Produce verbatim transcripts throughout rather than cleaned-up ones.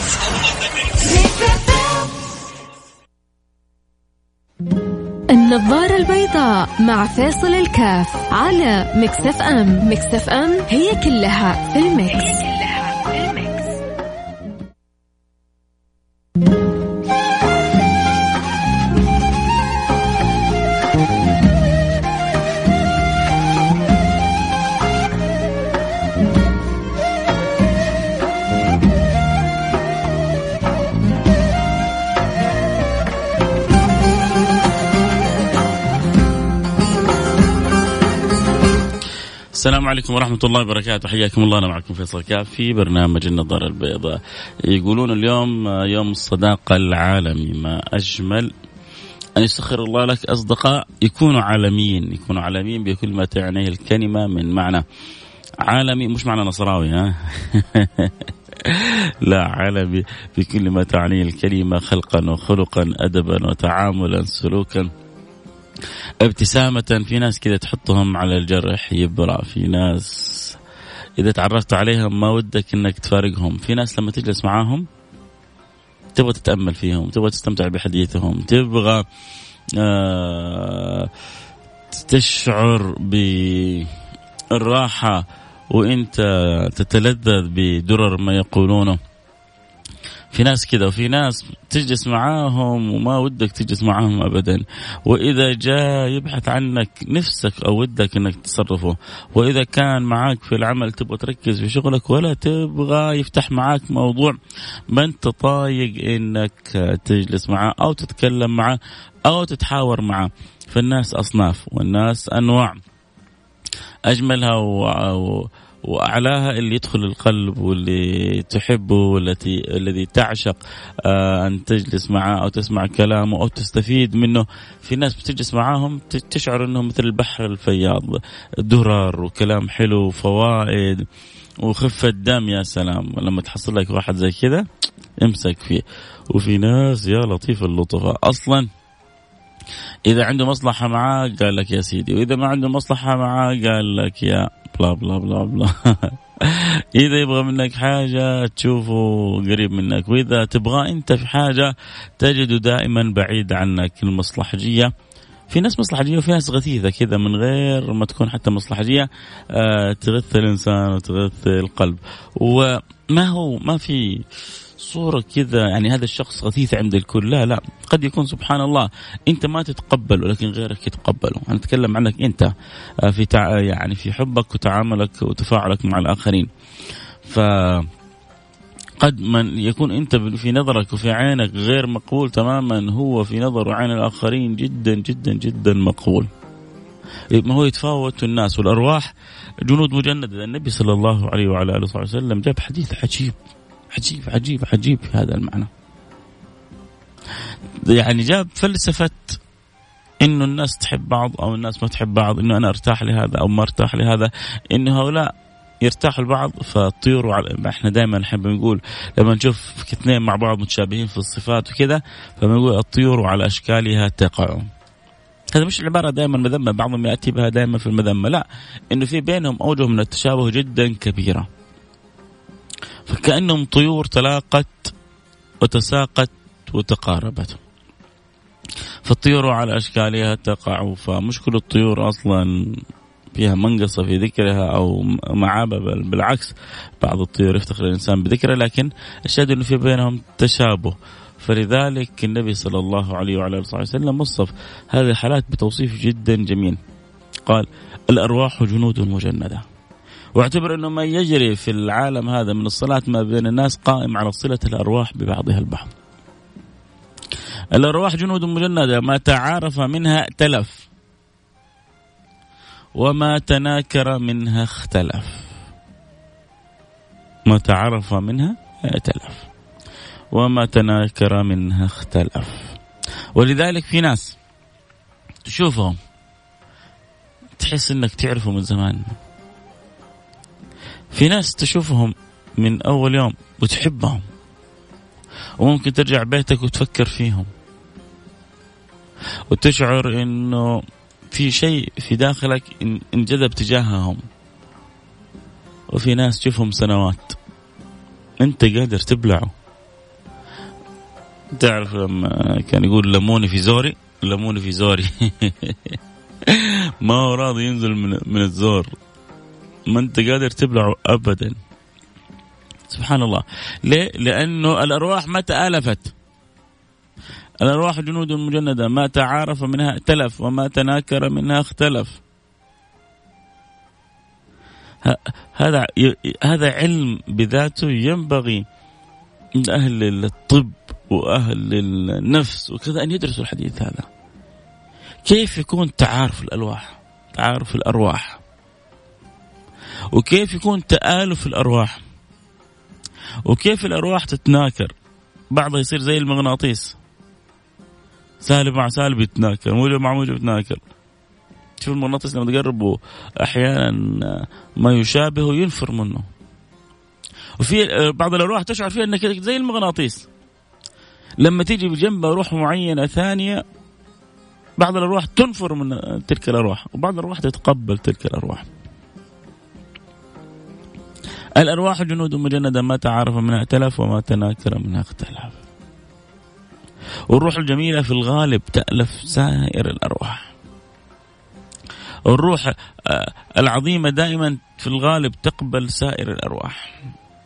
النظارة البيضاء مع فاصل الكاف على ميكس اف ام. ميكس اف ام هي كلها في الميكس. السلام عليكم ورحمة الله وبركاته. حياكم الله. أنا معكم فيصل كاف في برنامج النظارة البيضاء. يقولون اليوم يوم الصداقة العالمي. ما أجمل أن يسخر الله لك أصدقاء يكونوا عالميين، يكونوا عالميين بكل ما تعنيه الكلمة من معنى عالمي، مش معنى نصراوي ها لا، عالمي بكل ما تعنيه الكلمة، خلقا وخلقا، أدبا وتعاملا، سلوكا، ابتسامة. في ناس كذا تحطهم على الجرح يبرأ، في ناس إذا تعرفت عليهم ما ودك إنك تفارقهم، في ناس لما تجلس معاهم تبغى تتأمل فيهم، تبغى تستمتع بحديثهم، تبغى آه تشعر بالراحة وإنت تتلذذ بدرر ما يقولونه. في ناس كذا، وفي ناس تجلس معاهم وما ودك تجلس معاهم أبدا، وإذا جاء يبحث عنك نفسك أو ودك أنك تصرفه، وإذا كان معاك في العمل تبغى تركز في شغلك ولا تبغى يفتح معاك موضوع ما أنت طايق أنك تجلس معه أو تتكلم معه أو تتحاور معه. فالناس أصناف والناس أنواع، أجملها و وأعلاها اللي يدخل القلب واللي تحبه والتي الذي تعشق آه أن تجلس معه أو تسمع كلامه أو تستفيد منه. في ناس بتجلس معاهم تشعر أنه مثل البحر الفياض، درر وكلام حلو وفوائد وخفة دم. يا سلام لما تحصل لك واحد زي كذا امسك فيه. وفي ناس يا لطيف اللطفة أصلا إذا عنده مصلحة معاه قال لك يا سيدي، وإذا ما عنده مصلحة معاه قال لك يا بلا بلا بلا بلا إذا يبغى منك حاجة تشوفه قريب منك، وإذا تبغى أنت في حاجة تجده دائما بعيد عنك. المصلحجية، في ناس مصلحجية وفي ناس غثيثة كذا من غير ما تكون حتى مصلحجية آه تغث الإنسان وتغث القلب. وما هو ما في صورة كذا يعني هذا الشخص غثيث عند الكل، لا لا، قد يكون سبحان الله أنت ما تتقبله لكن غيرك يتقبله. أنا أتكلم عنك أنت في تع... يعني في حبك وتعاملك وتفاعلك مع الآخرين. فقد من يكون أنت في نظرك وفي عينك غير مقبول تماما، هو في نظر وعين الآخرين جدا جدا جدا مقبول. ما هو يتفاوت الناس والأرواح جنود مجندة. النبي صلى الله عليه وعلى آله وسلم جاب حديث عجيب عجيب عجيب عجيب في هذا المعنى. يعني جاب فلسفة إنه الناس تحب بعض أو الناس ما تحب بعض، إنه أنا أرتاح لهذا أو ما أرتاح لهذا، إنه هؤلاء يرتاحوا لبعض فطيروا على. إحنا دائما نحب نقول لما نشوف اثنين مع بعض متشابهين في الصفات وكذا فبنقول الطيور على أشكالها تقع. هذا مش العبارة دائما مذمة، بعضهم يأتي بها دائما في المذمة، لا، إنه في بينهم أوجه من التشابه جدا كبيرة، فكأنهم طيور تلاقت وتساقت وتقاربت. فالطيور على أشكالها تقع. فمشكلة الطيور أصلا فيها منقصة في ذكرها أو معابة، بالعكس بعض الطيور يفتخر الإنسان بذكرها، لكن الشاهد أنه في بينهم تشابه. فلذلك النبي صلى الله عليه وعلى آله وسلم وصف هذه الحالات بتوصيف جدا جميل، قال الأرواح جنود مجندة. واعتبر أنه ما يجري في العالم هذا من الصلاة ما بين الناس قائم على صلة الأرواح ببعضها البعض. الأرواح جنود مجندة، ما تعارف منها ائتلف وما تناكر منها اختلف. ما تعارف منها ائتلف وما تناكر منها اختلف. ولذلك في ناس تشوفهم تحس أنك تعرفه من زمان، في ناس تشوفهم من أول يوم وتحبهم، وممكن ترجع بيتك وتفكر فيهم وتشعر إنه في شيء في داخلك انجذب تجاههم. وفي ناس تشوفهم سنوات أنت قادر تبلعه تعرف لما كان يقول لموني في زوري، لموني في زوري ما هو راضي ينزل من من الزور، ما انت قادر تبلعه ابدا. سبحان الله. ليه؟ لانه الارواح ما تآلفت. الارواح جنود مجندة، ما تعارف منها ائتلف وما تناكر منها اختلف. هذا هذا علم بذاته ينبغي أهل الطب وأهل النفس وكذا أن يدرسوا الحديث هذا. كيف يكون تعارف الأرواح، تعارف الأرواح، وكيف يكون تآلف الأرواح، وكيف الأرواح تتناكر. بعضها يصير زي المغناطيس، سالب مع سالب يتناكر، موجب مع موجب يتناكر. شوف المغناطيس لما تقربه أحيانا ما يشابهه ينفر منه. وفي بعض الأرواح تشعر فيها أنك زي المغناطيس، لما تيجي بجنبها روح معينة ثانية بعض الأرواح تنفر من تلك الأرواح، وبعض الأرواح تتقبل تلك الأرواح. الأرواح جنود مجندة، ما تعارف منها ائتلف وما تناكر منها اختلف. والروح الجميلة في الغالب تألف سائر الأرواح. الروح العظيمة دائما في الغالب تقبل سائر الأرواح.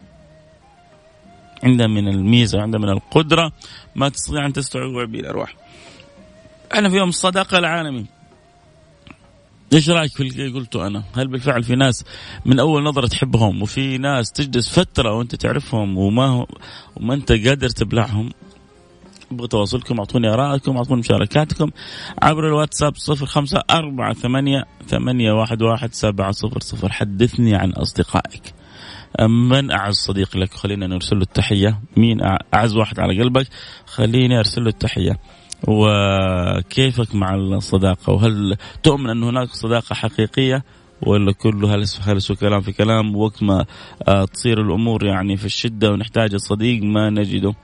عندها من الميزة، عندها من القدرة ما تستطيع أن تستوعب به الأرواح. احنا في يوم الصداقة العالمي، ايش رايك في اللي قلته انا؟ هل بالفعل في ناس من اول نظرة تحبهم، وفي ناس تجلس فترة وانت تعرفهم وما هو وما انت قادر تبلعهم؟ ابغى تواصلكم، اعطوني ارائكم، اعطوني مشاركاتكم عبر الواتساب صفر خمسة أربعة ثمانية ثمانية واحد واحد سبعة صفر صفر. حدثني عن اصدقائك، من أعز صديق لك خلينا نرسل له التحية. مين أعز واحد على قلبك خليني أرسل له التحية. وكيفك مع الصداقة؟ وهل تؤمن أن هناك صداقة حقيقية ولا كله هلس هلس وكلام في كلام؟ وقت ما تصير الأمور يعني في الشدة ونحتاج الصديق ما نجده.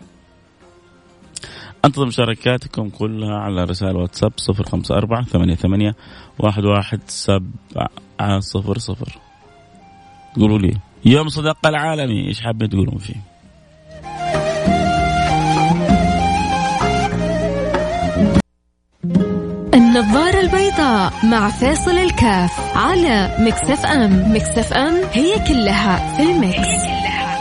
أنتظر مشاركاتكم كلها على رسائل واتساب صفر خمسة أربعة ثمانية ثمانية واحد واحد سبعة صفر صفر. قولوا لي يوم الصداقة العالمي إيش حابين تقولون فيه؟ النظارة البيضاء مع فاصل الكاف على ميكس اف ام. ميكس اف ام هي كلها في الميكس.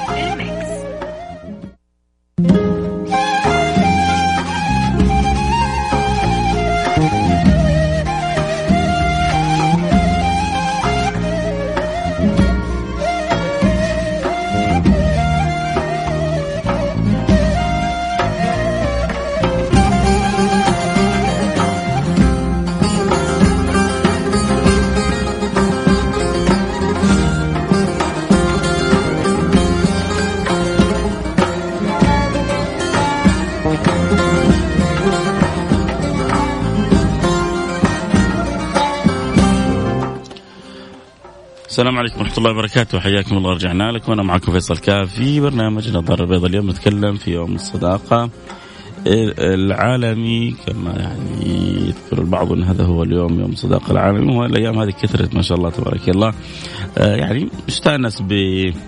السلام عليكم ورحمة الله وبركاته. حياكم الله. رجعنا لكم وأنا معكم فيصل كاف في برنامج النظارة البيضاء. اليوم نتكلم في يوم الصداقة العالمي، كما يعني يذكر البعض أن هذا هو اليوم، يوم الصداقة العالمي. والأيام هذه كثرت ما شاء الله تبارك الله. آه يعني استأنس ب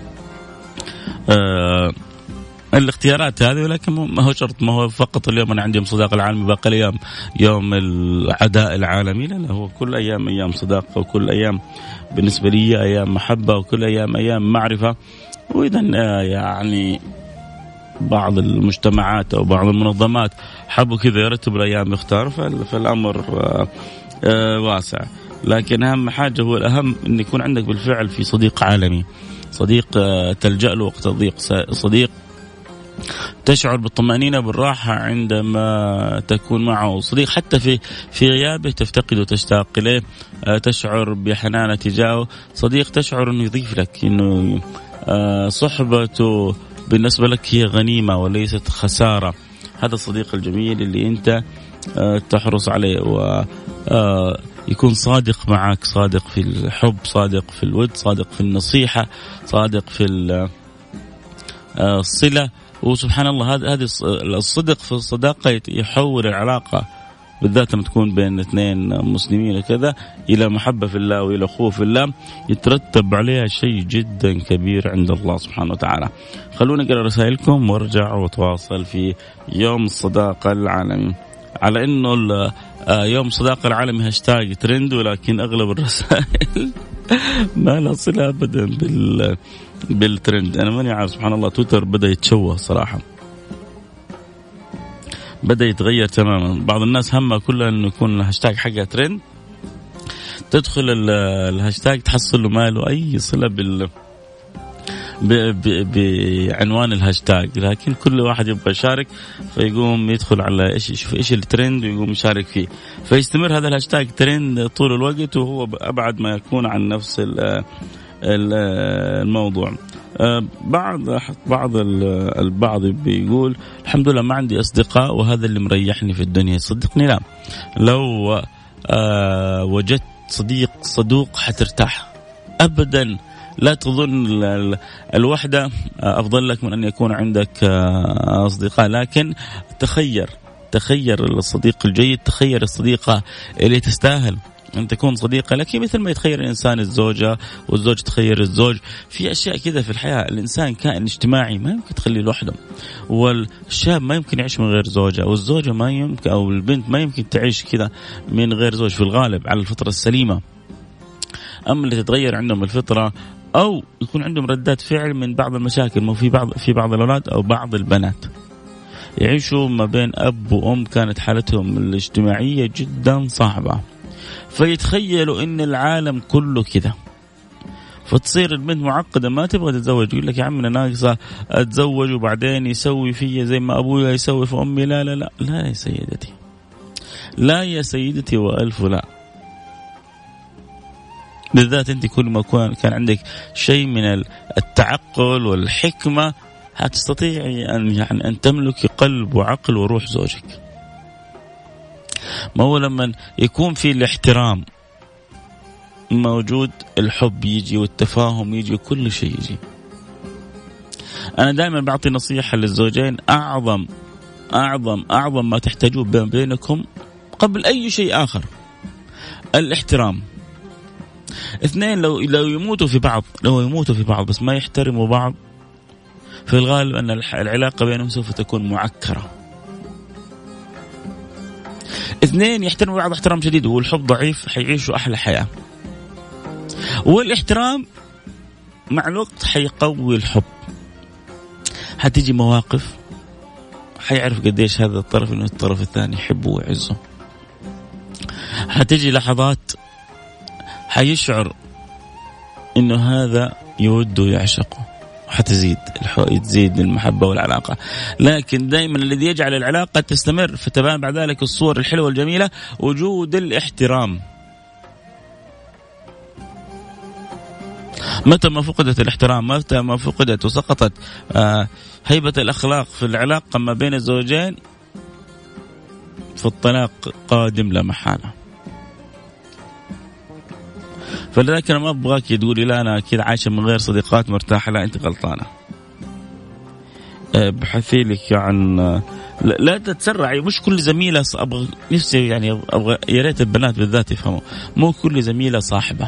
آه الاختيارات هذه، ولكن ما هو شرط ما هو فقط اليوم أنا عندي يوم صداقة العالمي باقي الأيام يوم العداء العالمي. لا، هو كل أيام أيام صداقة، وكل أيام بالنسبة لي أيام محبة، وكل أيام أيام معرفة. وإذا يعني بعض المجتمعات أو بعض المنظمات حبوا كذا يرتبوا الأيام يختار، فالأمر واسع. لكن أهم حاجة هو الأهم أن يكون عندك بالفعل في صديق عالمي، صديق تلجأ له وقت الضيق، صديق تشعر بالطمأنينة بالراحة عندما تكون معه، صديق حتى في في غيابه تفتقده وتشتاق إليه، تشعر بحنانة تجاهه، صديق تشعر أنه يضيف لك، أنه صحبته بالنسبة لك هي غنيمة وليست خسارة. هذا الصديق الجميل اللي أنت تحرص عليه، ويكون صادق معك، صادق في الحب، صادق في الود، صادق في النصيحة، صادق في الصلة. وسبحان الله هذا هذه الصدق في الصداقة يحول العلاقة بالذات لما تكون بين اثنين مسلمين وكذا، إلى محبة في الله وإلى خوف في الله يترتب عليها شيء جدا كبير عند الله سبحانه وتعالى. خلونا نقرأ رسائلكم وارجع وتواصل في يوم الصداقة العالمي. على إنه يوم الصداقة العالمي هاشتاج ترند، ولكن أغلب الرسائل ما لها صلة أبدا بال بالترند. أنا ماني عارف، سبحان الله تويتر بدأ يتشوه صراحة، بدأ يتغير تماما. بعض الناس همها كلها إنه يكون الهاشتاج حقها ترند، تدخل الهاشتاج تحصل له ما له أي صلة بال بعنوان الهاشتاج، لكن كل واحد يبغى يشارك فيقوم يدخل على ايش يشوف ايش الترند ويقوم يشارك فيه، فيستمر هذا الهاشتاج ترند طول الوقت، وهو أبعد ما يكون عن نفس الموضوع. بعض بعض البعض بيقول الحمد لله ما عندي أصدقاء وهذا اللي مريحني في الدنيا. صدقني لا، لو وجدت صديق صدوق حترتاح أبدا. لا تظن الوحدة أفضل لك من أن يكون عندك أصدقاء، لكن تخير تخير الصديق الجيد، تخير الصديقة اللي تستاهل أن تكون صديقة لك، مثل ما يتخير الإنسان الزوجة والزوج تخير الزوج. في أشياء كذا في الحياة. الإنسان كائن اجتماعي، ما يمكن تخليه لوحده، والشاب ما يمكن يعيش من غير زوجة، والزوجة ما يمكن أو البنت ما يمكن تعيش كذا من غير زوج في الغالب على الفطرة السليمة. أما اللي تتغير عندهم الفطرة أو يكون عندهم ردات فعل من بعض المشاكل، مو في بعض في بعض الأولاد أو بعض البنات يعيشوا ما بين أب وأم كانت حالتهم الاجتماعية جدا صعبة، فيتخيلوا إن العالم كله كذا، فتصير البنت معقدة ما تبغى تتزوج. يقول لك يا عم أنا ناقصة أتزوج وبعدين يسوي فيا زي ما أبويا يسوي في أمي. لا لا لا لا يا سيدتي، لا يا سيدتي وألف لا. بالذات أنت كل ما كان عندك شيء من التعقل والحكمة هتستطيعي أن يعني أن تملكي قلب وعقل وروح زوجك. ما هو لما يكون في الاحترام موجود الحب يجي والتفاهم يجي وكل شيء يجي. أنا دائما بعطي نصيحة للزوجين، أعظم أعظم أعظم ما تحتاجوه بينكم قبل أي شيء آخر الاحترام. اثنين لو لو يموتوا في بعض لو يموتوا في بعض بس ما يحترموا بعض، في الغالب أن العلاقة بينهم سوف تكون معكرة. اثنين يحترموا بعض احترام شديد والحب ضعيف، حيعيشوا أحلى حياة. والاحترام مع الوقت حيقوي الحب، حتيجي مواقف حيعرف قديش هذا الطرف إنه الطرف الثاني يحبه ويعزه. حتيجي لحظات حيشعر إنه هذا يوده ويعشقه، وحتزيد تزيد المحبة والعلاقة. لكن دائما الذي يجعل العلاقة تستمر فتبان بعد ذلك الصور الحلوة الجميلة وجود الاحترام. متى ما فقدت الاحترام، متى ما فقدت وسقطت آه هيبة الأخلاق في العلاقة ما بين الزوجين، فالطلاق قادم لا محالة. فلذلك أنا ما أبغاك تقولي لا أنا كذا عايشة من غير صديقات مرتاحة، لا أنت غلطانة. بحثي لك عن لا, لا تتسرعي. مش كل زميلة أبغى نفسي يعني أبغى يا ريت البنات بالذات يفهموا، مو كل زميلة صاحبة،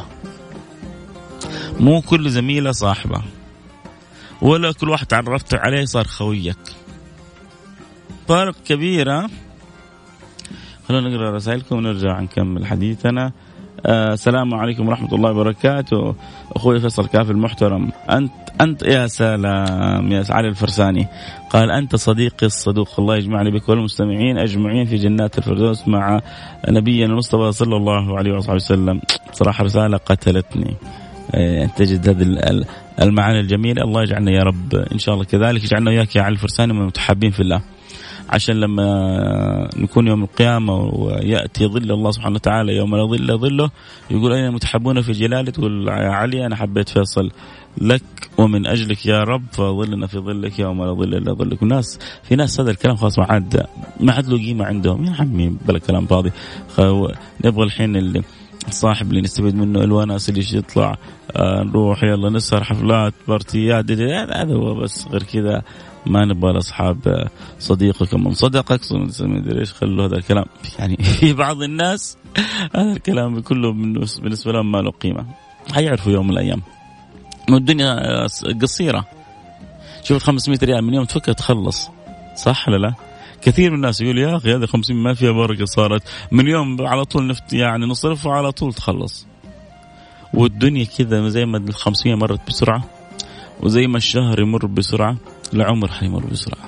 مو كل زميلة صاحبة، ولا كل واحد تعرفت عليه صار خويك. فرق كبيرة. خلونا نقرأ رسائلكم ونرجع نكمل حديثنا. السلام آه عليكم ورحمة الله وبركاته. أخوي فيصل كاف المحترم، أنت أنت يا سلام يا علي الفرساني، قال أنت صديقي الصدوق، الله يجمعني بك والمستمعين أجمعين في جنات الفردوس مع نبينا المصطفى صلى الله عليه وصحبه وسلم. صراحة رسالة قتلتني. آه تجد هذه المعاني الجميلة. الله يجعلنا يا رب إن شاء الله كذلك، يجعلنا وياك يا علي الفرساني من المتحابين في الله، عشان لما نكون يوم القيامة ويأتي ظل الله سبحانه وتعالى يوم لا ظل ظله، يقول أين المتحبون في جلاله، تقول يا علي أنا حبيت فيصل لك ومن أجلك يا رب، فظلنا في ظلك يوم لا ظل إلا ظلك. والناس في ناس هذا الكلام خلاص ما عاد ما عاد له قيمة عندهم. يا عمي بلا كلام فاضي. نبغى الحين اللي الصاحب اللي نستفيد منه الوناس اللي يطلع آه نروح يلا نسهر حفلات بارتيات، هذا هو بس. غير كذا ما نبغى أصحاب صديقك من صدقك، مدري إيش، خلوا هذا الكلام. يعني في بعض الناس هذا الكلام كله بالنسبة لهم ما له قيمة. هيعرفوا يوم من الأيام والدنيا قصيرة. شوف خمسمائة ريال من يوم تفكر تخلص، صح ولا لا؟ كثير من الناس يقول يا أخي هذا خمسمائة ما فيها بركة، صارت من يوم على طول نفت يعني نصرفه على طول تخلص. والدنيا كذا زي ما الخمسمائة مرت بسرعة، وزي ما الشهر يمر بسرعة العمر حيمر بسرعة.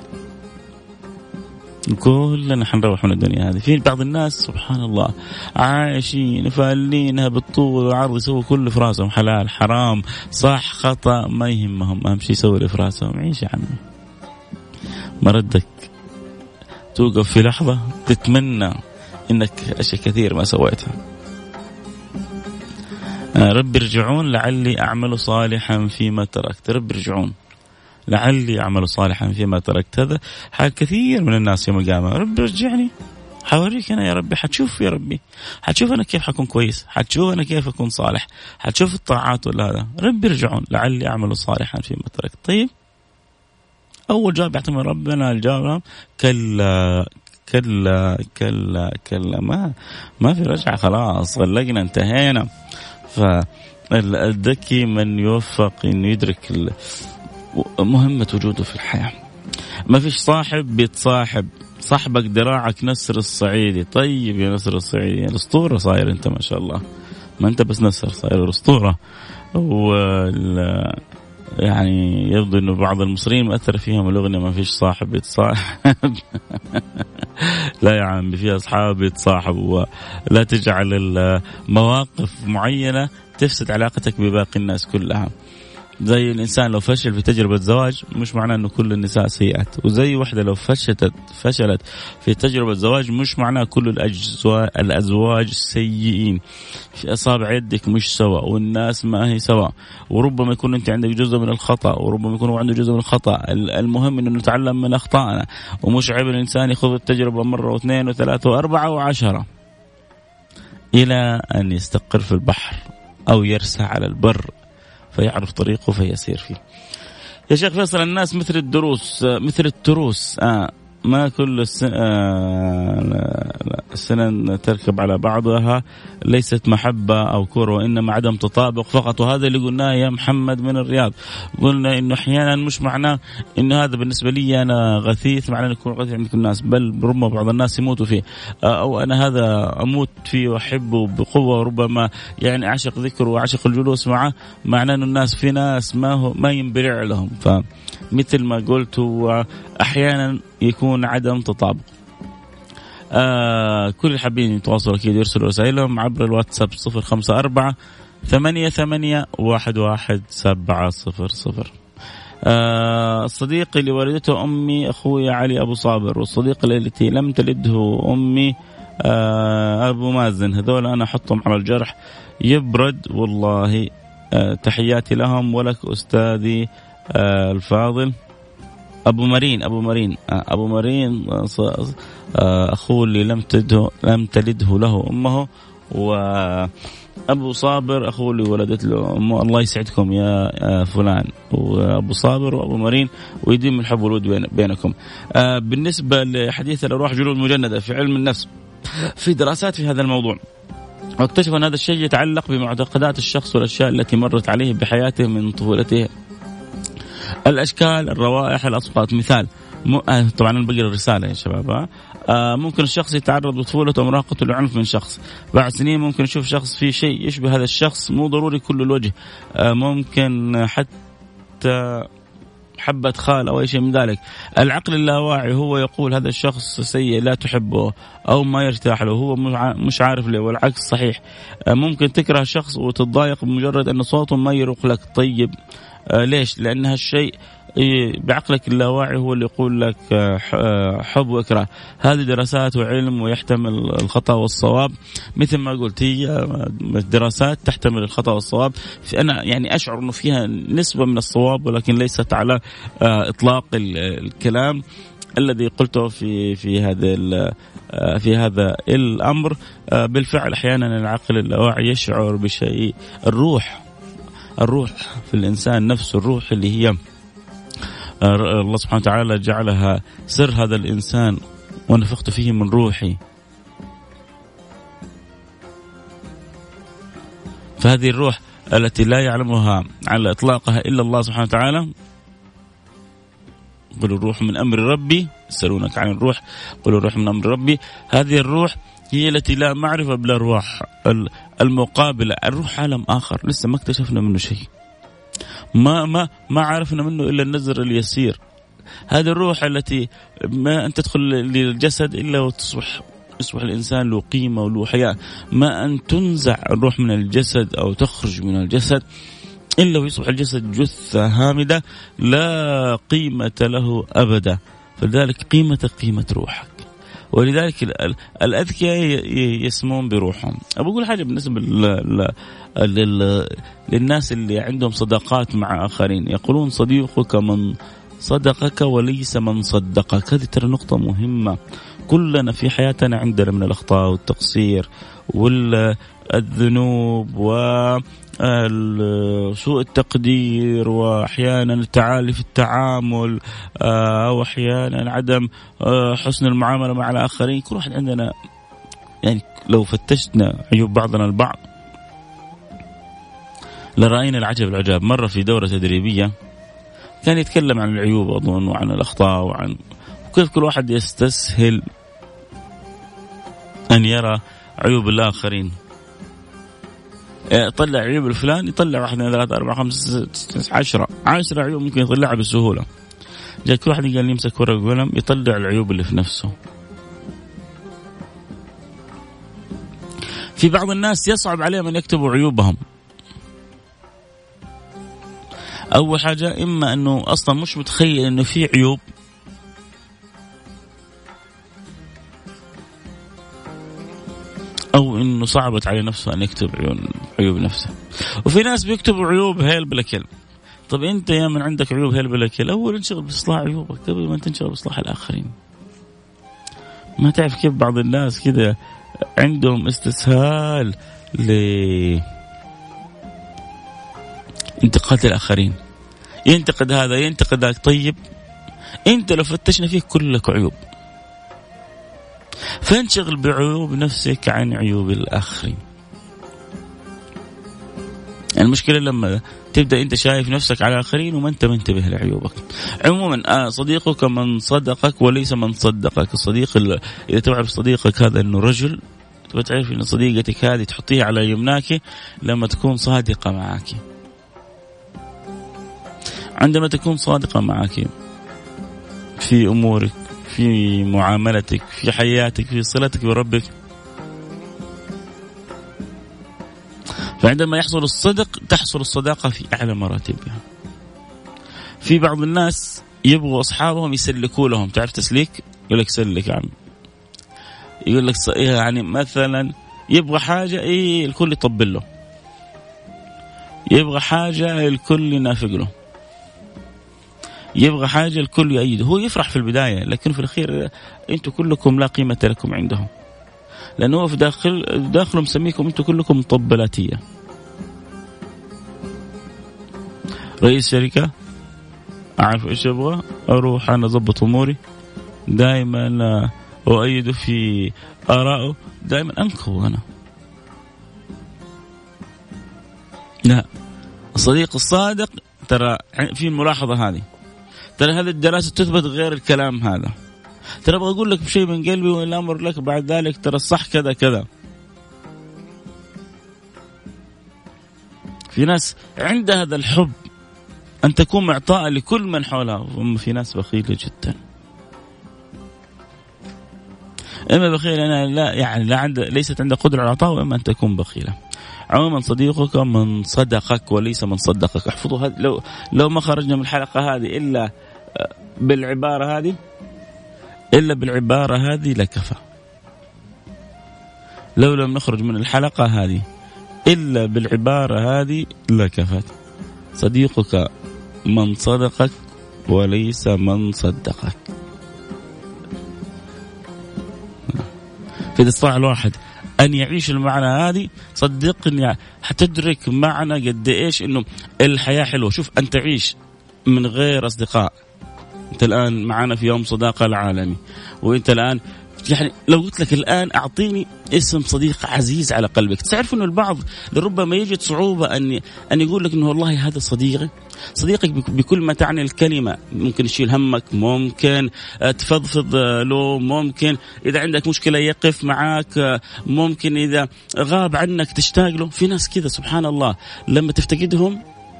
كلنا حنروح من الدنيا هذه. في بعض الناس سبحان الله عايشين فالينها بالطول والعرض، يسووا كل في راسهم حلال حرام صح خطأ ما يهمهم، أهم شيء يسوي في راسهم. عيش يا عمي، مردك توقف في لحظة تتمنى إنك أشياء كثير ما سويتها. رب ارجعون لعلي أعمل صالحا فيما تركت. رب ارجعون لعلي أعمل صالحا فيما تركت. هذا حال كثير من الناس يوم القيامة. رب ارجعني حوريك أنا يا ربي، حتشوف يا ربي، حتشوف أنا كيف حكون كويس، حتشوف أنا كيف أكون صالح، حتشوف الطاعات ولا هذا. رب ارجعون لعلي أعمل صالحا فيما تركت. طيب أول جواب يعطيهم ربنا الجواب كلا كلا كلا كلا، ما ما في رجعة، خلاص غلقنا انتهينا. فالذكي من يوفق إنه يدرك مهمة وجوده في الحياة. ما فيش صاحب بيتصاحب، صاحبك دراعك نسر الصعيدي. طيب يا نسر الصعيدي الأسطورة صاير أنت ما شاء الله، ما أنت بس نسر، صاير الأسطورة. وال يعني يبدو إنه بعض المصريين مؤثر فيهم الأغنية ما فيش صاحب يتصاحب. لا يا عم، في أصحاب يتصاحبوا. ولا تجعل المواقف معينة تفسد علاقتك بباقي الناس كلها. زي الإنسان لو فشل في تجربة زواج مش معناه أنه كل النساء سيئات، وزي واحدة لو فشلت فشلت في تجربة زواج مش معناه كل الأزواج سيئين. في أصابع يدك مش سواء، والناس ما هي سواء، وربما يكون أنت عندك جزء من الخطأ، وربما يكون عنده جزء من الخطأ. المهم أنه نتعلم من أخطائنا، ومش عيب الإنسان يخوض التجربة مرة واثنين وثلاثة وأربعة وعشرة إلى أن يستقر في البحر أو يرسى على البر فيعرف طريقه فيسير فيه. يا شيخ فيصل الناس مثل الدروس مثل التروس، آه ما كل السنن تركب على بعضها، ليست محبة أو كره، وإنما عدم تطابق فقط. وهذا اللي قلناه يا محمد من الرياض. قلنا إنه أحيانا مش معناه إنه هذا بالنسبة لي أنا غثيث معناه يكون غثيث عند الناس، بل ربما بعض الناس يموتوا فيه، أو أنا هذا أموت فيه وأحبه بقوة، وربما يعني أعشق ذكره وأعشق الجلوس معه، معناه إنه الناس في ناس ما هو ما ينبرع لهم. فمثل ما قلت أحيانا يكون عدم تطابق. آه كل الحابين يتواصلوا أكيد يرسلوا رسائلهم عبر الواتساب صفر خمسة أربعة ثمانية ثمانية واحد واحد سبعة صفر صفر. آه الصديق اللي ولدته أمي أخوي علي أبو صابر، والصديق التي لم تلده أمي آه أبو مازن، هذول أنا أحطهم على الجرح يبرد والله. آه تحياتي لهم ولك أستاذي آه الفاضل أبو مرين. أبو مرين أبو مرين أخوه اللي لم تلده لم تلده له أمه، وأبو صابر أخوه اللي ولدت له أمه. الله يسعدكم يا فلان وأبو صابر وأبو مرين، ويديم الحب والود بينكم. بالنسبة لحديث الأرواح جلود مجندة في علم النفس، في دراسات في هذا الموضوع، واكتشفوا أن هذا الشيء يتعلق بمعتقدات الشخص والأشياء التي مرت عليه بحياته من طفولته. الأشكال، الروائح، الأصوات. مثال م... آه طبعا أنا بقرأ الرسالة يا شباب. آه ممكن الشخص يتعرض بطفولته ومراهقته لعنف من شخص، بعد سنين ممكن يشوف شخص فيه شيء يشبه هذا الشخص، مو ضروري كل الوجه، آه ممكن حتى حبة خال أو أي شيء من ذلك. العقل اللاواعي هو يقول هذا الشخص سيء لا تحبه أو ما يرتاح له، هو مش عارف ليه، والعكس صحيح. آه ممكن تكره شخص وتتضايق بمجرد أن صوته ما يروق لك. طيب آه ليش؟ لأن هالشيء بعقلك اللاواعي هو اللي يقول لك حب وإكراه. هذه دراسات وعلم ويحتمل الخطأ والصواب. مثل ما قلت هي دراسات تحتمل الخطأ والصواب، أنا يعني أشعر أنه فيها نسبة من الصواب، ولكن ليست على إطلاق الكلام الذي قلته في في هذا في هذا الأمر. بالفعل أحيانا العقل اللاواعي يشعر بشيء. الروح الروح في الإنسان نفسه، الروح اللي هي الله سبحانه وتعالى جعلها سر هذا الإنسان ونفخت فيه من روحي. فهذه الروح التي لا يعلمها على إطلاقها إلا الله سبحانه وتعالى. قل الروح من أمر ربي، يسألونك عن الروح قل الروح من أمر ربي. هذه الروح هي التي لا معرفة بالأرواح المقابلة. الروح عالم آخر لسه ما اكتشفنا منه شيء، ما ما ما عرفنا منه إلا النظر اليسير. هذه الروح التي ما أن تدخل للجسد إلا وتصبح يصبح الإنسان له قيمة وله حياة. ما أن تنزع الروح من الجسد أو تخرج من الجسد إلا ويصبح الجسد جثة هامدة لا قيمة له أبدا. فلذلك قيمة قيمة روحك. ولذلك الأذكياء يسمون بروحهم. أبو أقول حاجة بالنسبة للناس اللي عندهم صداقات مع آخرين، يقولون صديقك من صدقك وليس من صدقك. هذه ترى نقطة مهمة. كلنا في حياتنا عندنا من الأخطاء والتقصير والذنوب وسوء التقدير، وأحيانا التعالي في التعامل، أو أحيانا عدم حسن المعاملة مع الآخرين. كل واحد عندنا، يعني لو فتشنا عيوب بعضنا البعض لرأينا العجب العجاب. مرة في دورة تدريبية كان يتكلم عن العيوب أظن وعن الأخطاء وعن كيف كل واحد يستسهل أن يرى عيوب الآخرين. يطلع عيوب الفلان، يطلع واحد اثنين ثلاثة أربعة خمسة ستة عشرة عشرة عيوب ممكن يطلعها بسهولة. جاء كل واحد قال يمسك ورقة وقلم يطلع العيوب اللي في نفسه. في بعض الناس يصعب عليهم أن يكتبوا عيوبهم. أول حاجة إما أنه أصلا مش متخيل أنه في عيوب، أو إنه صعبت على نفسه أن يكتب عيوب نفسه. وفي ناس بيكتبوا عيوب هيل بلا كلمة. طب أنت يا من عندك عيوب هيل بلا كلمة، أول انشغل بإصلاح عيوبك قبل ما تنشغل بإصلاح الآخرين. ما تعرف كيف بعض الناس كده عندهم استسهال لانتقاد الآخرين، ينتقد هذا ينتقد ذاك. طيب أنت لو فتشنا فيك كلك عيوب، فانشغل بعيوب نفسك عن عيوب الآخرين. المشكلة لما تبدأ أنت شايف نفسك على الآخرين وما أنت منتبه لعيوبك. عموما آه صديقك من صدقك وليس من صدقك. الصديق إذا تعرف صديقك هذا أنه رجل، تعرف أن صديقتك هذه تحطيها على يمناك لما تكون صادقة معك. عندما تكون صادقة معك في أمورك، في معاملتك، في حياتك، في صلتك بربك، فعندما يحصل الصدق تحصل الصداقة في أعلى مراتبها. في بعض الناس يبغوا أصحابهم يسلكوا لهم، تعرف تسليك؟ يقول لك سلك عم، يقول لك يعني مثلا يبغى حاجة إيه الكل يطبل له، يبغى حاجة الكل ينافق له، يبغى حاجة الكل يؤيده. هو يفرح في البداية، لكن في الأخير أنتم كلكم لا قيمة لكم عندهم، لأنه هو في داخل داخله مسميكم أنتم كلكم مطبلاتية. رئيس شركة أعرف إيش أبغى، أروح أنا أضبط أموري، دائما أؤيده في آرائه، دائما أنكو أنا. لا، الصديق الصادق ترى في الملاحظة هذه، ترى هذه الدراسة تثبت غير الكلام هذا، ترى أبغى أقول لك بشيء من قلبي والأمر لك بعد ذلك ترى الصح كذا كذا. في ناس عندها هذا الحب أن تكون معطاء لكل من حولها، وأما في ناس بخيلة جدا. إما بخيل أنا لا يعني لا عند ليست عندها قدرة على العطاء، وإما أن تكون بخيلة. عموما صديقك من صدقك وليس من صدقك. احفظوا هذا، لو لو ما خرجنا من الحلقة هذه إلا بالعبارة هذه إلا بالعبارة هذه لكفى. لو لم نخرج من الحلقة هذه إلا بالعبارة هذه لكفت. صديقك من صدقك وليس من صدقك. في إصطلاح الواحد أن يعيش المعنى هذه، صدقني حتدرك معنى قد إيش إنه الحياة حلوة. شوف، أن تعيش من غير أصدقاء أنت الآن معنا في يوم صداقة العالمي، وأنت الآن يعني لو قلت لك الآن أعطيني اسم صديق عزيز على قلبك، تعرف أنه البعض لربما يجد صعوبة أن أن يقول لك أنه والله هذا صديقي. صديقك بكل ما تعني الكلمة، ممكن يشيل همك، ممكن تفضفض له، ممكن إذا عندك مشكلة يقف معك، ممكن إذا غاب عنك تشتاق له. في ناس كذا سبحان الله لما تفتقدهم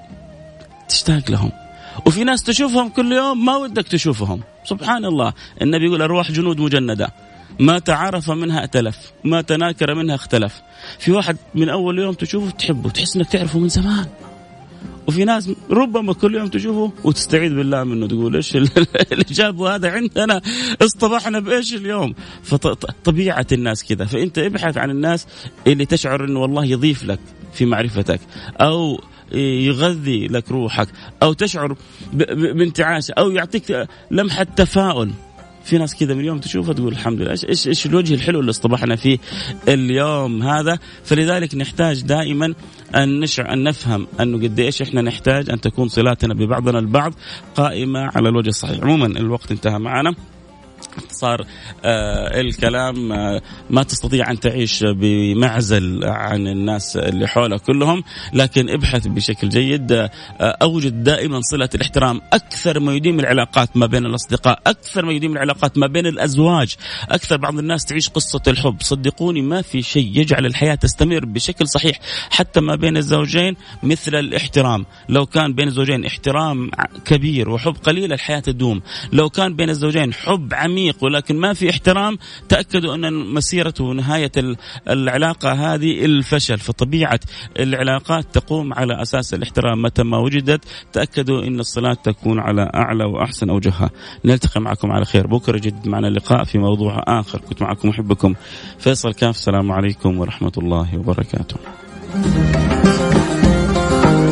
تشتاق لهم، وفي ناس تشوفهم كل يوم ما ودك تشوفهم. سبحان الله، النبي يقول الروح جنود مجندة ما تعرف منها ائتلف، ما تناكر منها اختلف. في واحد من أول يوم تشوفه تحبه، تحس أنك تعرفه من زمان، وفي ناس ربما كل يوم تشوفه وتستعيذ بالله منه، تقول إيش اللي جابه هذا عندنا، اصطبحنا بإيش اليوم. فطبيعة الناس كذا. فأنت ابحث عن الناس اللي تشعر أنه والله يضيف لك في معرفتك، أو يغذي لك روحك، أو تشعر بانتعاش، أو يعطيك لمحة تفاؤل. في ناس كذا من يوم تشوفها تقول الحمد لله، إيش إيش الوجه الحلو اللي اصطبحنا فيه اليوم هذا. فلذلك نحتاج دائما أن نشعر أن نفهم أنه قد إيش إحنا نحتاج أن تكون صلاتنا ببعضنا البعض قائمة على الوجه الصحيح. عموما الوقت انتهى معنا، صار آه الكلام آه ما تستطيع أن تعيش بمعزل عن الناس اللي حولك كلهم، لكن ابحث بشكل جيد. آه أوجد دائما صلة الاحترام، أكثر ما يديم العلاقات ما بين الأصدقاء، أكثر ما يديم العلاقات ما بين الأزواج، أكثر. بعض الناس تعيش قصة الحب، صدقوني ما في شيء يجعل الحياة تستمر بشكل صحيح حتى ما بين الزوجين مثل الاحترام. لو كان بين الزوجين احترام كبير وحب قليل الحياة تدوم. لو كان بين الزوجين حب عميق ولكن ما في احترام، تأكدوا أن مسيرة ونهاية العلاقة هذه الفشل. فطبيعة العلاقات تقوم على أساس الاحترام، متى ما وجدت تأكدوا أن الصلاة تكون على أعلى وأحسن أوجهها. نلتقي معكم على خير بكرة، جد معنا اللقاء في موضوع آخر. كنت معكم محبكم فيصل كاف، السلام عليكم ورحمة الله وبركاته.